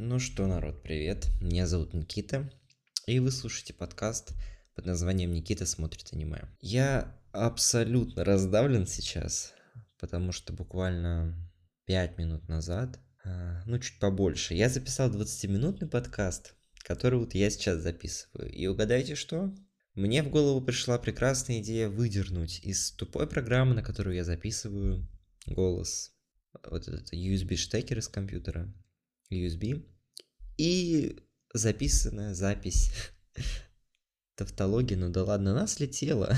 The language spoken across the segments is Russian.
Ну что, народ, привет. Меня зовут Никита, и вы слушаете подкаст под названием «Никита смотрит аниме». Я абсолютно раздавлен сейчас, потому что буквально 5 минут назад, чуть побольше, я записал 20-минутный подкаст, который вот я сейчас записываю. И угадайте что? Мне в голову пришла прекрасная идея выдернуть из тупой программы, на которую я записываю голос, вот этот USB-штекер из компьютера, USB, и записанная запись. Тавтология, ну да ладно, она слетела.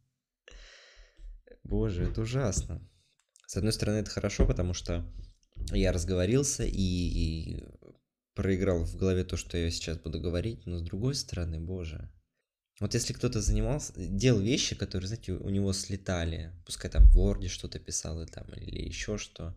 Боже, это ужасно. С одной стороны, это хорошо, потому что я разговорился и проиграл в голове то, что я сейчас буду говорить, но с другой стороны, боже. Вот если кто-то делал вещи, которые, знаете, у него слетали, пускай там в Word что-то писал или еще что,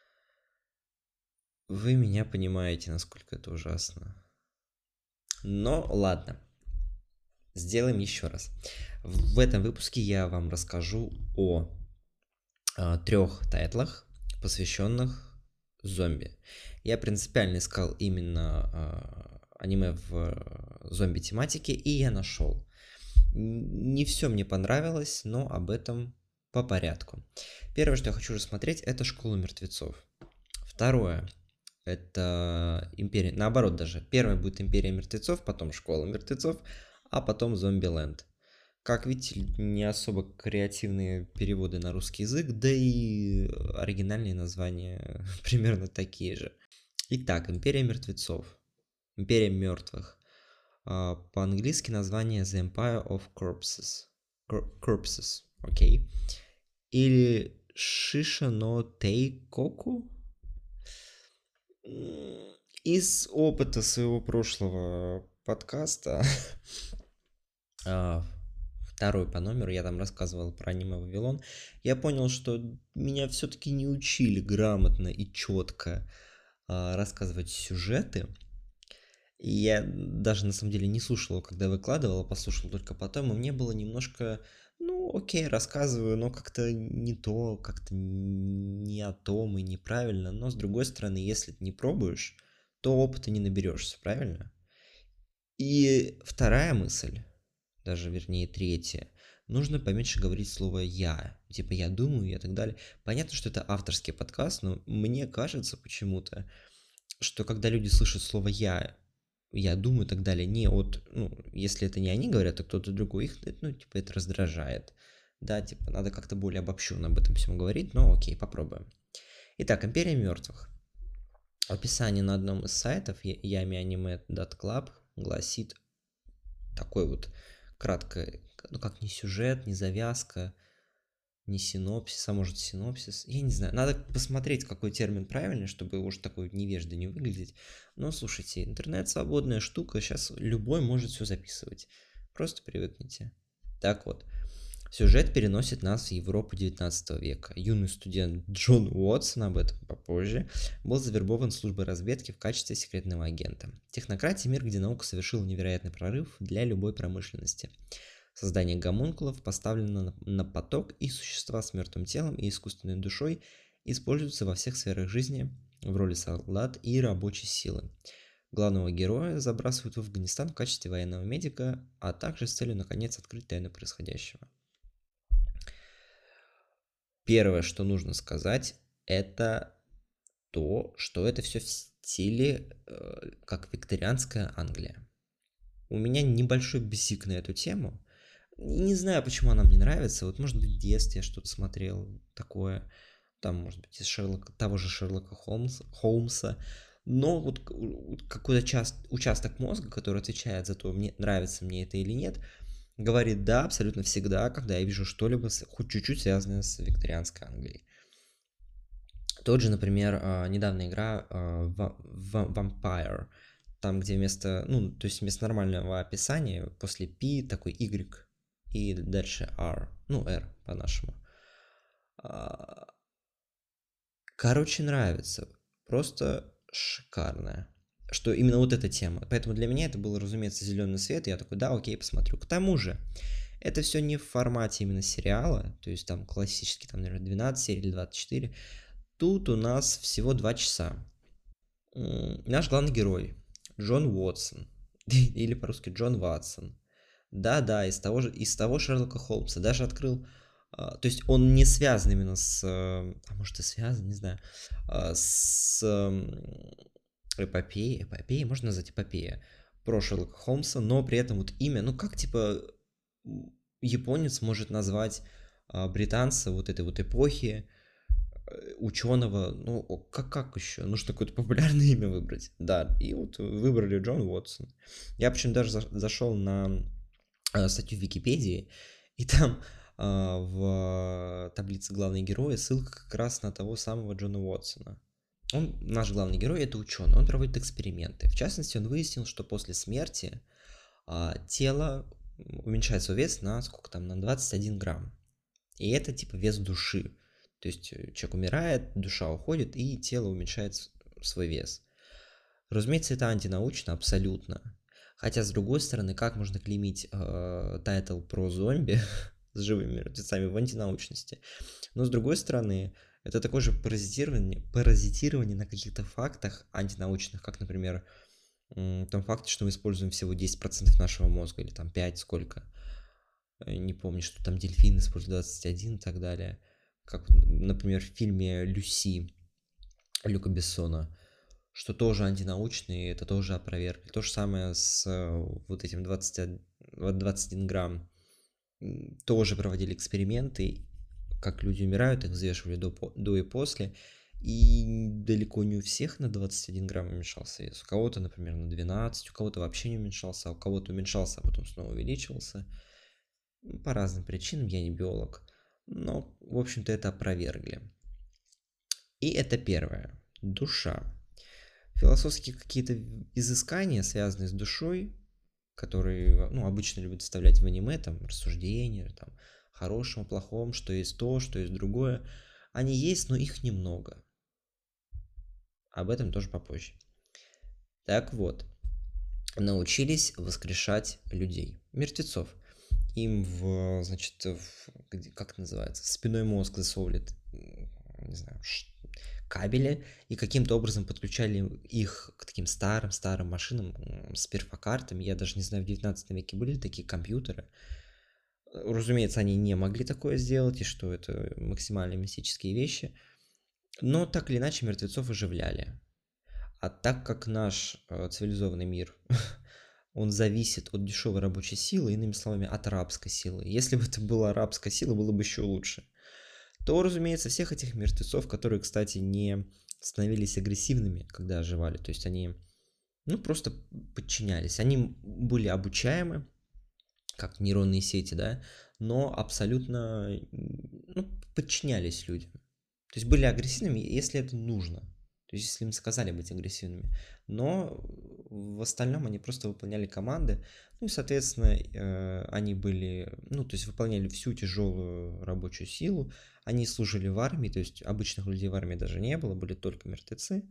вы меня понимаете, насколько это ужасно. Но ладно, сделаем еще раз. В этом выпуске я вам расскажу о 3 тайтлах, посвященных зомби. Я принципиально искал именно аниме в зомби-тематике, и я нашел. Не все мне понравилось, но об этом по порядку. Первое, что я хочу рассмотреть, это «Школа мертвецов». Второе, это Империя, наоборот даже. Первое будет Империя мертвецов, потом Школа мертвецов, а потом Зомбиленд. Как видите, не особо креативные переводы на русский язык, да и оригинальные названия примерно такие же. Итак, Империя мертвецов. Империя мертвых. По-английски название The Empire of Corpses. Corpses, окей. Или Шиша но Тейкоку. Из опыта своего прошлого подкаста, второй по номеру, я там рассказывал про аниме «Вавилон», я понял, что меня все-таки не учили грамотно и четко рассказывать сюжеты. И я даже на самом деле не слушал его, когда выкладывал, а послушал только потом, и мне было немножко, окей, рассказываю, но как-то не то, как-то не о том и неправильно. Но с другой стороны, если ты не пробуешь, то опыта не наберешься, правильно? И вторая мысль, даже вернее третья, нужно поменьше говорить слово «я», типа «я думаю» и так далее. Понятно, что это авторский подкаст, но мне кажется почему-то, что когда люди слышат слово «я думаю» и так далее, не от, если это не они говорят, а кто-то другой, их, это раздражает. Да, типа, надо как-то более обобщенно об этом всем говорить, но окей, попробуем. Итак, «Империя мертвых». Описание на одном из сайтов yamianime.club гласит такой вот кратко, как не сюжет, не завязка, не синопсис, а может синопсис. Я не знаю, надо посмотреть, какой термин правильный, чтобы уж такой невеждой не выглядеть. Но слушайте, интернет свободная штука, сейчас любой может все записывать. Просто привыкните. Так вот, сюжет переносит нас в Европу 19 века. Юный студент Джон Уотсон, об этом попозже, был завербован службой разведки в качестве секретного агента. Технократия — мир, где наука совершила невероятный прорыв для любой промышленности. Создание гомункулов поставлено на поток, и существа с мертвым телом и искусственной душой используются во всех сферах жизни в роли солдат и рабочей силы. Главного героя забрасывают в Афганистан в качестве военного медика, а также с целью наконец открыть тайну происходящего. Первое, что нужно сказать, это то, что это все в стиле как викторианская Англия. У меня небольшой бзик на эту тему. Не знаю, почему она мне нравится. Вот, может быть, в детстве я что-то смотрел такое. Там, может быть, из того же Шерлока Холмса. Но вот какой-то участок мозга, который отвечает за то, нравится мне это или нет, говорит «да» абсолютно всегда, когда я вижу что-либо хоть чуть-чуть связанное с викторианской Англией. Тот же, например, недавняя игра Vampire, там, где вместо нормального описания после P такой Y и дальше R, R по-нашему. Короче, нравится, просто шикарная, что именно вот эта тема. Поэтому для меня это был, разумеется, зеленый свет, и я такой, да, окей, посмотрю. К тому же, это все не в формате именно сериала, то есть там классический, там, наверное, 12 серий или 24. Тут у нас всего 2 часа. Наш главный герой Джон Уотсон, или по-русски Джон Ватсон. Да-да, из того Шерлока Холмса. Даже открыл... То есть он не связан именно с... А может и связан, не знаю. С эпопеей, можно назвать эпопея про Шерлока Холмса, но при этом вот имя, ну как типа японец может назвать британца вот этой вот эпохи, ученого, ну как еще, нужно какое-то популярное имя выбрать, да, и вот выбрали Джон Уотсон. Я почему даже зашел на статью в Википедии, и там в таблице главные герои ссылка как раз на того самого Джона Уотсона. Он, наш главный герой, это ученый, он проводит эксперименты. В частности, он выяснил, что после смерти тело уменьшает свой вес на сколько там, на 21 грамм. И это типа вес души. То есть человек умирает, душа уходит, и тело уменьшает свой вес. Разумеется, это антинаучно абсолютно. Хотя, с другой стороны, как можно клеймить тайтл про зомби с живыми мертвецами в антинаучности? Но, с другой стороны, это такое же паразитирование на каких-то фактах антинаучных, как, например, том факте, что мы используем всего 10% нашего мозга, или там 5, сколько. Не помню, что там дельфин использует 21 и так далее. Как, например, в фильме «Люси» Люка Бессона, что тоже антинаучные, это тоже опровергли. То же самое с вот этим 21 грамм. Тоже проводили эксперименты, как люди умирают, их взвешивали до и после, и далеко не у всех на 21 грамм уменьшался вес. У кого-то, например, на 12, у кого-то вообще не уменьшался, а у кого-то уменьшался, а потом снова увеличивался. По разным причинам, я не биолог. Но, в общем-то, это опровергли. И это первое. Душа. Философские какие-то изыскания, связанные с душой, которые, ну, обычно любят вставлять в аниме, там, рассуждения, там, хорошем, плохом, что есть то, что есть другое. Они есть, но их немного. Об этом тоже попозже. Так вот, научились воскрешать людей, мертвецов. Им значит, как это называется, в спинной мозг засовывали, не знаю, кабели, и каким-то образом подключали их к таким старым машинам с перфокартами. Я даже не знаю, в 19 веке были такие компьютеры. Разумеется, они не могли такое сделать, и что это максимально мистические вещи. Но так или иначе мертвецов оживляли. А так как наш цивилизованный мир, он зависит от дешевой рабочей силы, иными словами, от арабской силы. Если бы это была арабская сила, было бы еще лучше. То, разумеется, всех этих мертвецов, которые, кстати, не становились агрессивными, когда оживали, то есть они, ну, просто подчинялись. Они были обучаемы, как нейронные сети, да, но абсолютно, ну, подчинялись людям. То есть были агрессивными, если это нужно. То есть если им сказали быть агрессивными. Но в остальном они просто выполняли команды. Ну и, соответственно, они были, ну, то есть выполняли всю тяжелую рабочую силу. Они служили в армии, то есть обычных людей в армии даже не было, были только мертвецы.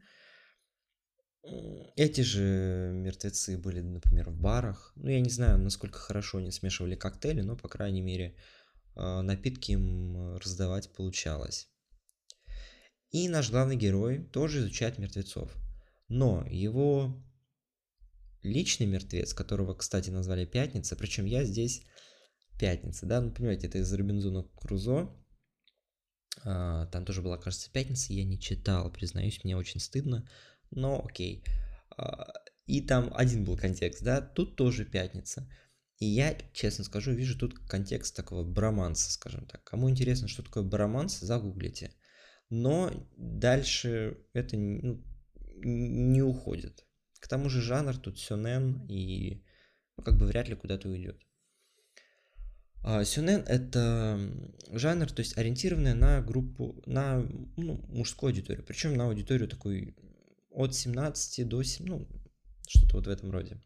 Эти же мертвецы были, например, в барах. Ну, я не знаю, насколько хорошо они смешивали коктейли, но, по крайней мере, напитки им раздавать получалось. И наш главный герой тоже изучает мертвецов. Но его личный мертвец, которого, кстати, назвали Пятница, причем я здесь Пятница, да, ну, понимаете, это из Робинзона Крузо. Там тоже была, кажется, Пятница, я не читал, признаюсь, мне очень стыдно, но окей. И там один был контекст, да, тут тоже Пятница. И я, честно скажу, вижу тут контекст такого броманса, скажем так. Кому интересно, что такое броманс, загуглите. Но дальше это, ну, не уходит. К тому же жанр тут сёнэн, и ну, как бы вряд ли куда-то уйдет. Сёнэн это жанр, то есть ориентированный на группу, на мужскую аудиторию. Причем на аудиторию такой от 17 до 7, ну, что-то вот в этом роде.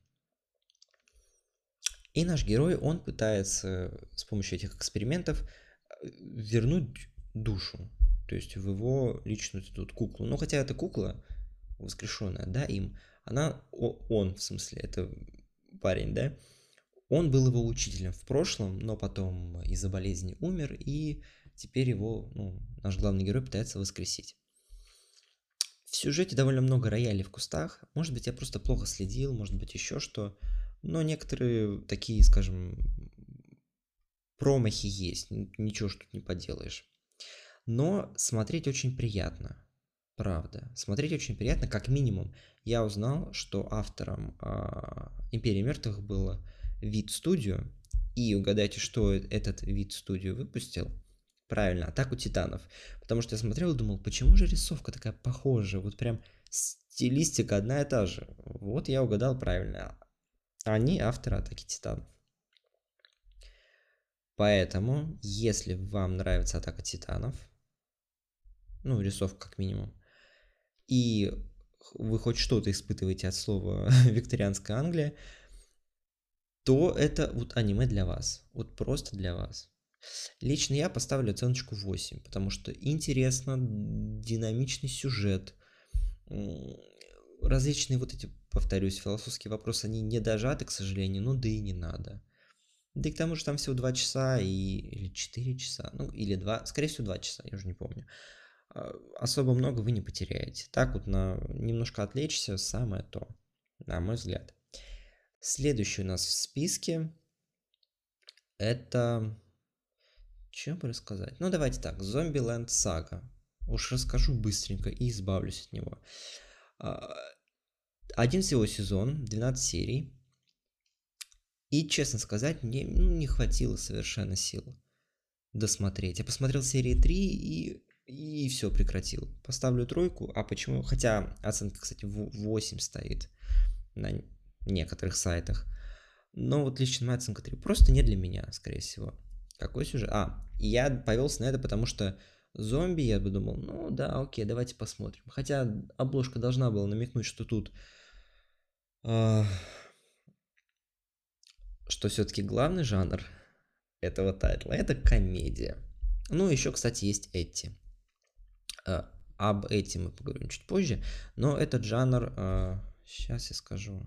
И наш герой, он пытается с помощью этих экспериментов вернуть душу, то есть в его личную тут куклу. Но хотя эта кукла, воскрешенная, да, им, он, в смысле, это парень, да, он был его учителем в прошлом, но потом из-за болезни умер, и теперь его, ну, наш главный герой пытается воскресить. В сюжете довольно много роялей в кустах. Может быть, я просто плохо следил, может быть, еще что. Но некоторые такие, скажем, промахи есть. Ничего ж тут не поделаешь. Но смотреть очень приятно. Правда. Смотреть очень приятно, как минимум. Я узнал, что автором Империи мертвых было Вид Студио. И угадайте, что этот Вид Студио выпустил. Правильно, Атаку Титанов. Потому что я смотрел и думал, почему же рисовка такая похожая? Вот прям стилистика одна и та же. Вот я угадал правильно. Они авторы Атаки Титанов. Поэтому, если вам нравится Атака Титанов, ну, рисовка как минимум, и вы хоть что-то испытываете от слова викторианская Англия, то это вот аниме для вас. Вот просто для вас. Лично я поставлю оценочку 8, потому что интересно, динамичный сюжет, различные вот эти, повторюсь, философские вопросы, они не дожаты, к сожалению, ну да и не надо. Да и к тому же там всего 2 часа или 4 часа, ну или 2, скорее всего 2 часа, я уже не помню. Особо много вы не потеряете. Так вот на немножко отвлечься самое то, на мой взгляд. Следующий у нас в списке это... Чем бы рассказать? Ну давайте так, Zombieland Saga. Уж расскажу быстренько и избавлюсь от него. Один всего сезон, 12 серий. И, честно сказать, мне не хватило совершенно сил досмотреть. Я посмотрел серии 3 и все, прекратил. Поставлю 3. А почему? Хотя оценка, кстати, 8 стоит на некоторых сайтах. Но вот лично моя оценка 3. Просто не для меня, скорее всего. Какой сюжет? Я повелся на это, потому что зомби, я бы думал, ну да, окей, давайте посмотрим. Хотя обложка должна была намекнуть, что тут... что все-таки главный жанр этого тайтла это комедия. Ну, еще, кстати, есть Эти. Об Эти мы поговорим чуть позже. Но этот жанр... сейчас я скажу.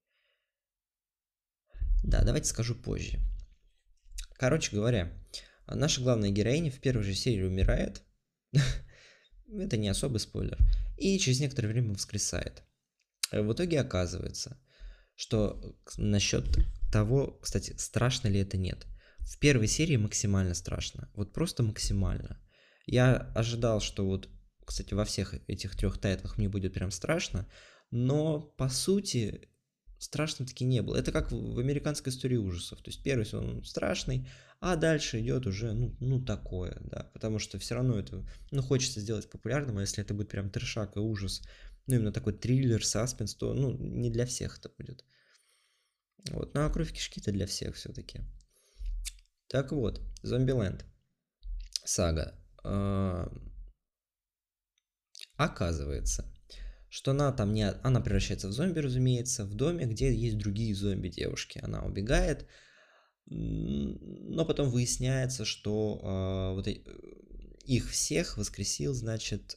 Да, давайте скажу позже. Короче говоря, наша главная героиня в первой же серии умирает. Это не особый спойлер. И через некоторое время воскресает. В итоге оказывается, что насчет того, кстати, страшно ли это, нет. В первой серии максимально страшно. Вот просто максимально. Я ожидал, что вот, кстати, во всех этих 3 тайтлах мне будет прям страшно, но по сути страшно таки не было. Это как в американской истории ужасов. То есть первый сезон страшный, а дальше идет уже, ну такое, да. Потому что все равно это, хочется сделать популярным, а если это будет прям трешак и ужас, именно такой триллер, саспенс, то, не для всех это будет. Вот, ну а кровь кишки-то для всех все-таки. Так вот, Зомбиленд. Сага. Оказывается, что она там не... Она превращается в зомби, разумеется, в доме, где есть другие зомби-девушки. Она убегает, но потом выясняется, что вот их всех воскресил, значит...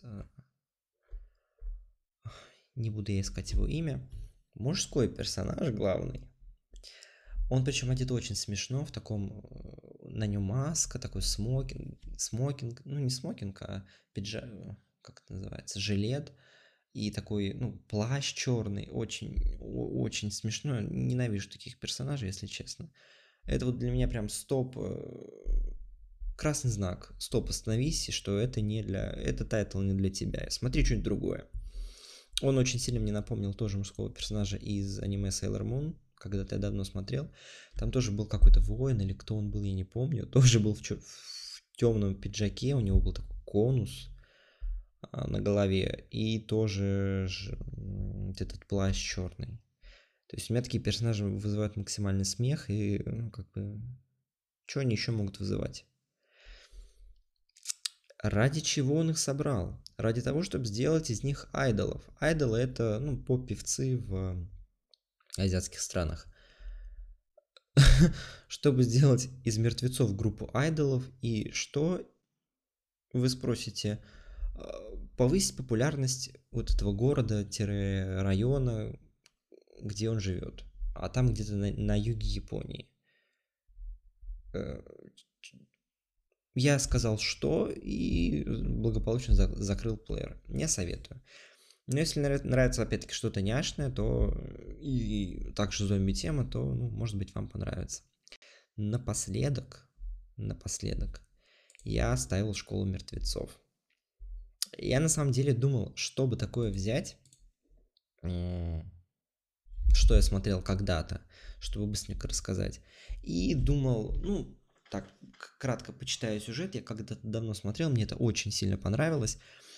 не буду я искать его имя. Мужской персонаж главный. Он причем одет очень смешно, в таком, на нем маска, такой смокинг, ну не смокинг, а пиджак, как это называется, жилет, и такой, плащ черный, очень смешно, ненавижу таких персонажей, если честно. Это вот для меня прям стоп, красный знак, стоп, остановись, что это тайтл не для тебя, смотри что-нибудь другое. Он очень сильно мне напомнил тоже мужского персонажа из аниме Sailor Moon, когда-то я давно смотрел. Там тоже был какой-то воин, или кто он был, я не помню. Тоже был в темном пиджаке, у него был такой конус на голове, и тоже этот плащ черный. То есть у меня такие персонажи вызывают максимальный смех, и что они еще могут вызывать? Ради чего он их собрал? Ради того, чтобы сделать из них айдолов. Айдолы это, поп-певцы в азиатских странах. Чтобы сделать из мертвецов группу айдолов, и что, вы спросите, повысить популярность вот этого города-района, где он живет, а там где-то на юге Японии. Я сказал, что, и благополучно закрыл плеер. Не советую. Но если нравится, опять-таки, что-то няшное, то и также зомби-тема, то, ну, может быть, вам понравится. Напоследок, я оставил «Школу мертвецов». Я на самом деле думал, что бы такое взять, что я смотрел когда-то, чтобы быстренько рассказать. И думал, ну, так, кратко почитаю сюжет. Я когда-то давно смотрел, мне это очень сильно понравилось.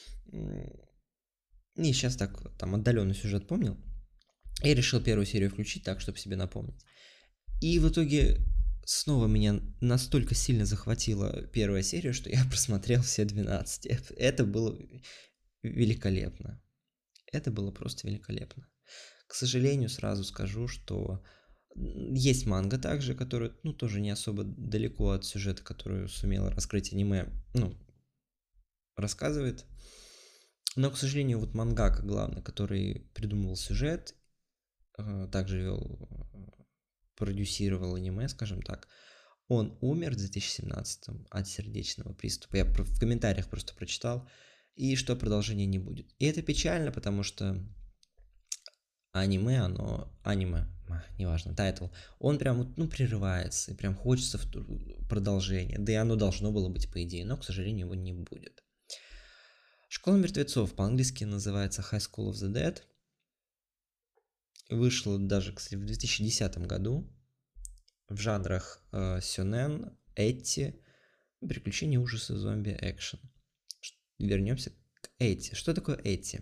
И сейчас так, там, отдаленный сюжет помнил. И решил первую серию включить так, чтобы себе напомнить. И в итоге снова меня настолько сильно захватила первая серия, что я просмотрел все 12. Это было великолепно. Это было просто великолепно. К сожалению, сразу скажу, что есть манга также, которая, ну, тоже не особо далеко от сюжета, которую сумела раскрыть аниме, ну, рассказывает. Но, к сожалению, вот мангака главный, который придумывал сюжет, также вел, продюсировал аниме, скажем так, он умер в 2017 от сердечного приступа. Я в комментариях просто прочитал, и что продолжения не будет. И это печально, потому что аниме, неважно, тайтл, он прям, ну, прерывается, и прям хочется продолжения, да и оно должно было быть, по идее, но, к сожалению, его не будет. «Школа мертвецов» по-английски называется High School of the Dead, вышла даже, кстати, в 2010 году, в жанрах сёнэн, этти, приключения, ужасы, зомби, экшен. Вернемся к этти. Что такое этти?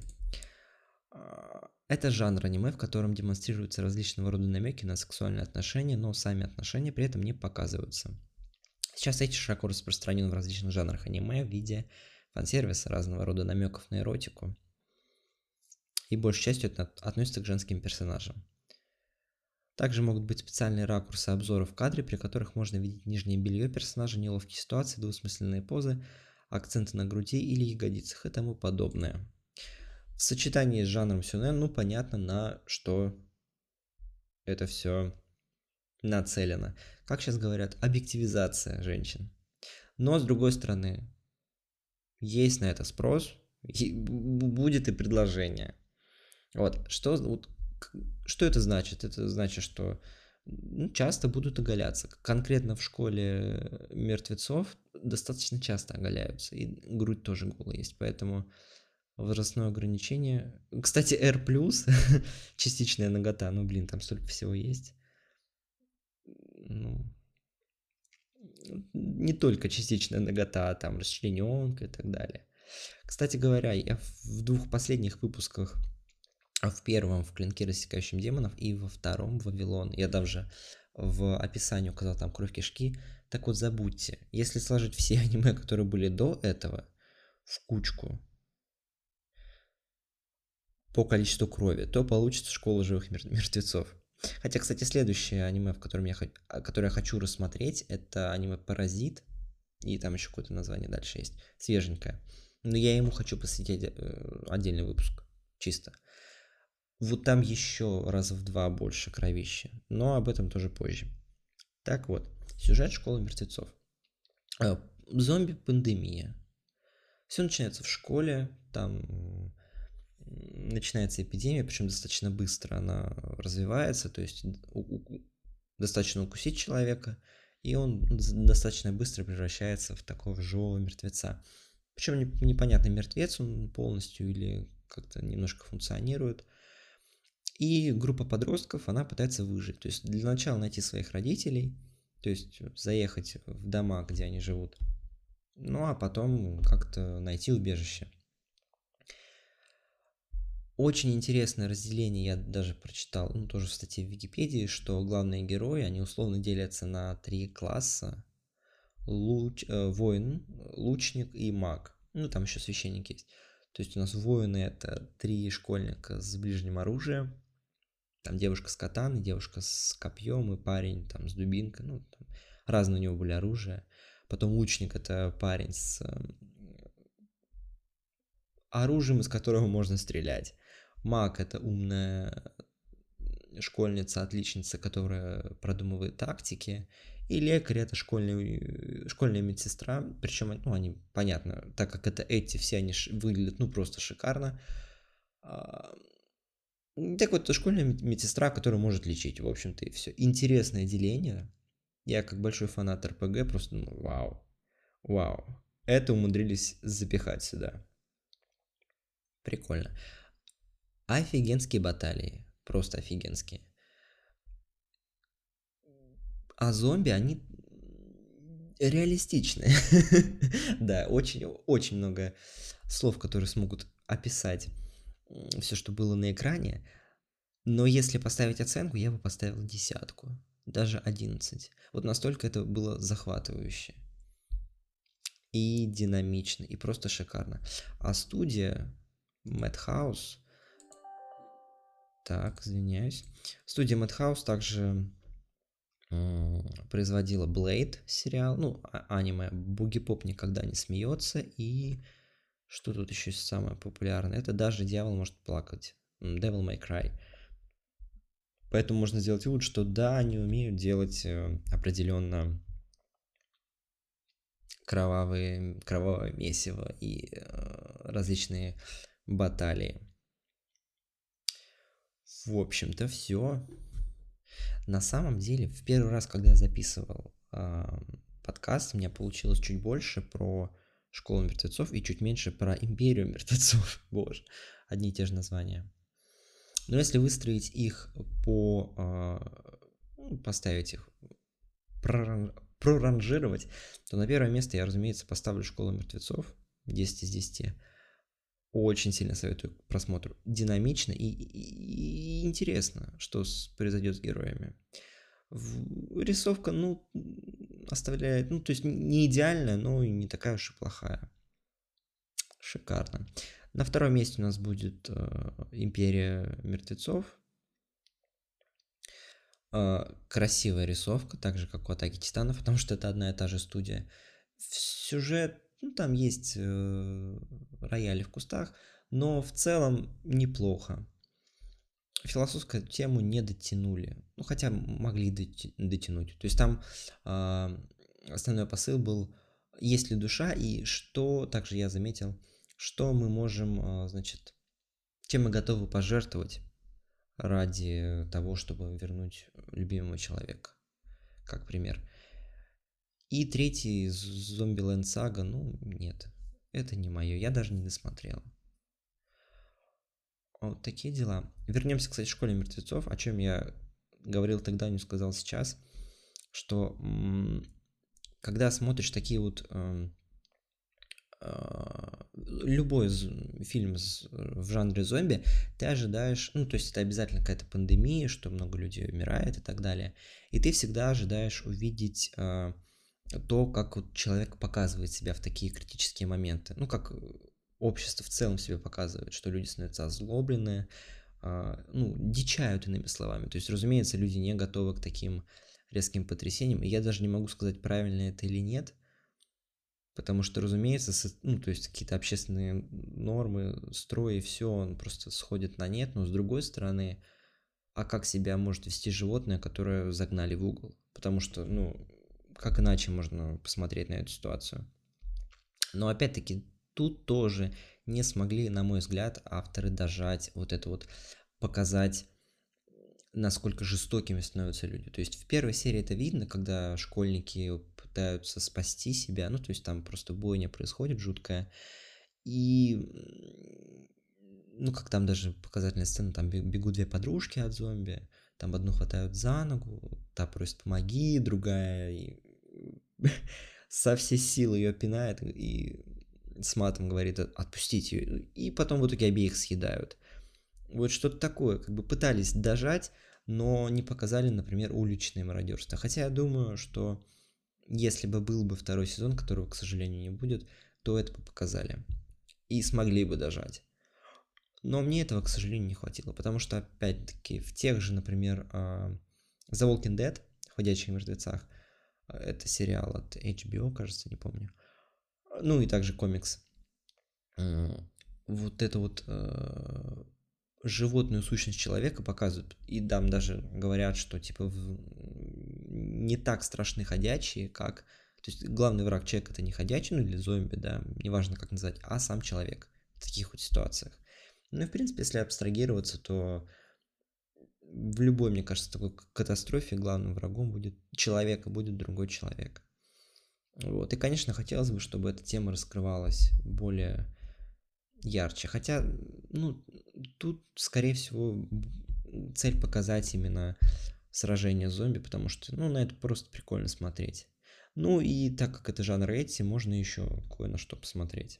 Это жанр аниме, в котором демонстрируются различного рода намеки на сексуальные отношения, но сами отношения при этом не показываются. Сейчас эти широко распространен в различных жанрах аниме в виде фан-сервиса, разного рода намеков на эротику. И большей частью это относится к женским персонажам. Также могут быть специальные ракурсы обзоров в кадре, при которых можно видеть нижнее белье персонажа, неловкие ситуации, двусмысленные позы, акценты на груди или ягодицах и тому подобное. В сочетании с жанром сюнэн, ну, понятно, на что это все нацелено. Как сейчас говорят, объективизация женщин. Но, с другой стороны, есть на это спрос, и будет и предложение. Вот, что это значит? Это значит, что, ну, часто будут оголяться. Конкретно в «Школе мертвецов» достаточно часто оголяются, и грудь тоже голая есть, поэтому возрастное ограничение. Кстати, R+, частичная нагота, ну, блин, там столько всего есть. Ну, не только частичная нагота, а там расчлененка и так далее. Кстати говоря, я в двух последних выпусках, в первом в «Клинке, рассекающем демонов» и во втором в «Вавилон», я даже в описании указал там «Кровь, кишки». Так вот, забудьте, если сложить все аниме, которые были до этого, в кучку по количеству крови, то получится «Школа живых мертвецов». Хотя, кстати, следующее аниме, которое я хочу рассмотреть, это аниме «Паразит», и там еще какое-то название дальше есть, свеженькое. Но я ему хочу посвятить отдельный выпуск, чисто. Вот там еще раза в 2 больше кровища, но об этом тоже позже. Так вот, сюжет «Школы мертвецов». Зомби-пандемия. Все начинается в школе, там начинается эпидемия, причем достаточно быстро она развивается, то есть достаточно укусить человека, и он достаточно быстро превращается в такого живого мертвеца. Причем непонятно, мертвец он полностью или как-то немножко функционирует. И группа подростков, она пытается выжить. То есть для начала найти своих родителей, то есть заехать в дома, где они живут, ну а потом как-то найти убежище. Очень интересное разделение, я даже прочитал, ну тоже в статье в Википедии, что главные герои, они условно делятся на 3 класса. Воин, лучник и маг. Ну там еще священник есть. То есть у нас воины — это 3 школьника с ближним оружием. Там девушка с катаной, девушка с копьем и парень там с дубинкой. Ну, там разные у него были оружия. Потом лучник — это парень с оружием, из которого можно стрелять. Маг — это умная школьница, отличница, которая продумывает тактики. И лекарь — это школьная медсестра. Причем, ну, они, понятно, так как это эти, все они выглядят, ну, просто шикарно. А, Так вот, это школьная медсестра, которая может лечить, в общем-то, и все. Интересное деление. Я как большой фанат РПГ просто, ну, вау, вау. Это умудрились запихать сюда. Прикольно. Офигенские баталии, просто офигенские. А зомби, они реалистичные. Да, очень, очень много слов, которые смогут описать все, что было на экране. Но если поставить оценку, я бы поставил 10, даже 11. Вот настолько это было захватывающе. И динамично, и просто шикарно. А студия Madhouse, так, извиняюсь, студия Madhouse также производила Blade сериал, ну, аниме Буги Поп никогда не смеется, и что тут еще самое популярное, это даже Дьявол может плакать, Devil May Cry. Поэтому можно сделать вывод, что да, они умеют делать определенно кровавое месиво и различные баталии. В общем-то, все. На самом деле, в первый раз, когда я записывал подкаст, у меня получилось чуть больше про Школу мертвецов и чуть меньше про Империю мертвецов. Боже, одни и те же названия. Но если выстроить их поставить их, проранжировать, то на первое место я, разумеется, поставлю Школу мертвецов 10 из 10. Очень сильно советую к просмотру. Динамично и интересно, что произойдет с героями. Рисовка, ну, оставляет, ну, то есть не идеальная, но и не такая уж и плохая. Шикарно. На втором месте у нас будет Империя мертвецов. Красивая рисовка, так же как у Атаки Титанов, потому что это одна и та же студия. Сюжет, ну, там есть рояли в кустах, но в целом неплохо. Философскую тему не дотянули. Ну, хотя могли дотянуть. То есть там основной посыл был, есть ли душа, и что, также я заметил, что мы можем, значит, чем мы готовы пожертвовать ради того, чтобы вернуть любимого человека, как пример. И третий, Zombieland Saga, ну, нет, это не мое, я даже не досмотрел. Вот такие дела. Вернемся, кстати, к Школе мертвецов, о чем я говорил тогда, не сказал сейчас, что когда смотришь такие вот любой фильм в жанре зомби, ты ожидаешь, ну, то есть это обязательно какая-то пандемия, что много людей умирает и так далее, и ты всегда ожидаешь увидеть то, как вот человек показывает себя в такие критические моменты, ну, как общество в целом себя показывает, что люди становятся озлобленные, ну, дичают, иными словами, то есть, разумеется, люди не готовы к таким резким потрясениям, и я даже не могу сказать, правильно это или нет, потому что, разумеется, ну, то есть какие-то общественные нормы, строи, все, он просто сходит на нет, но с другой стороны, а как себя может вести животное, которое загнали в угол? Потому что, ну, как иначе можно посмотреть на эту ситуацию? Но опять-таки, тут тоже не смогли, на мой взгляд, авторы дожать вот это вот, показать, насколько жестокими становятся люди. То есть в первой серии это видно, когда школьники пытаются спасти себя, ну, то есть там просто бойня происходит жуткая, и, ну, как там даже показательная сцена, там бегут две подружки от зомби, там одну хватают за ногу, та просит помоги, другая со всей силы ее пинает и с матом говорит отпустить ее, и потом в итоге обеих съедают. Вот что-то такое, как бы пытались дожать, но не показали, например, уличное мародерство. Хотя я думаю, что если бы был бы второй сезон, которого, к сожалению, не будет, то это бы показали. И смогли бы дожать. Но мне этого, к сожалению, не хватило, потому что, опять-таки, в тех же, например, The Walking Dead, в «Ходячих мертвецах», это сериал от HBO, кажется, не помню, ну и также комикс, вот это вот животную сущность человека показывают, и там даже говорят, что типа не так страшны ходячие, как... То есть главный враг человека это не ходячий, ну или зомби, да, неважно как назвать, а сам человек в таких вот ситуациях. Ну и, в принципе, если абстрагироваться, то в любой, мне кажется, такой катастрофе главным врагом будет человека, будет другой человек. Вот. И, конечно, хотелось бы, чтобы эта тема раскрывалась более ярче. Хотя, ну, тут, скорее всего, цель показать именно сражение с зомби, потому что, ну, на это просто прикольно смотреть. Ну и так как это жанр эти, можно еще кое на что посмотреть.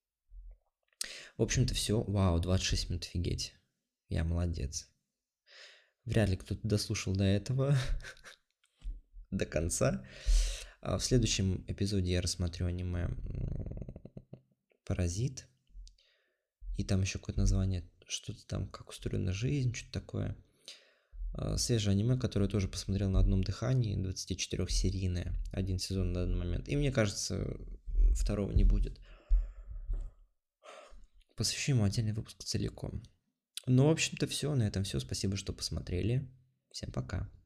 В общем-то все. Вау, 26 минут, офигеть. Я молодец. Вряд ли кто-то дослушал до этого, до конца. А в следующем эпизоде я рассмотрю аниме «Паразит». И там еще какое-то название, что-то там, как устроена жизнь, что-то такое. Свежее аниме, которое я тоже посмотрел на одном дыхании, 24-серийное, один сезон на данный момент. И мне кажется, второго не будет. Посвящу ему отдельный выпуск целиком. Ну, в общем-то, все. На этом все. Спасибо, что посмотрели. Всем пока.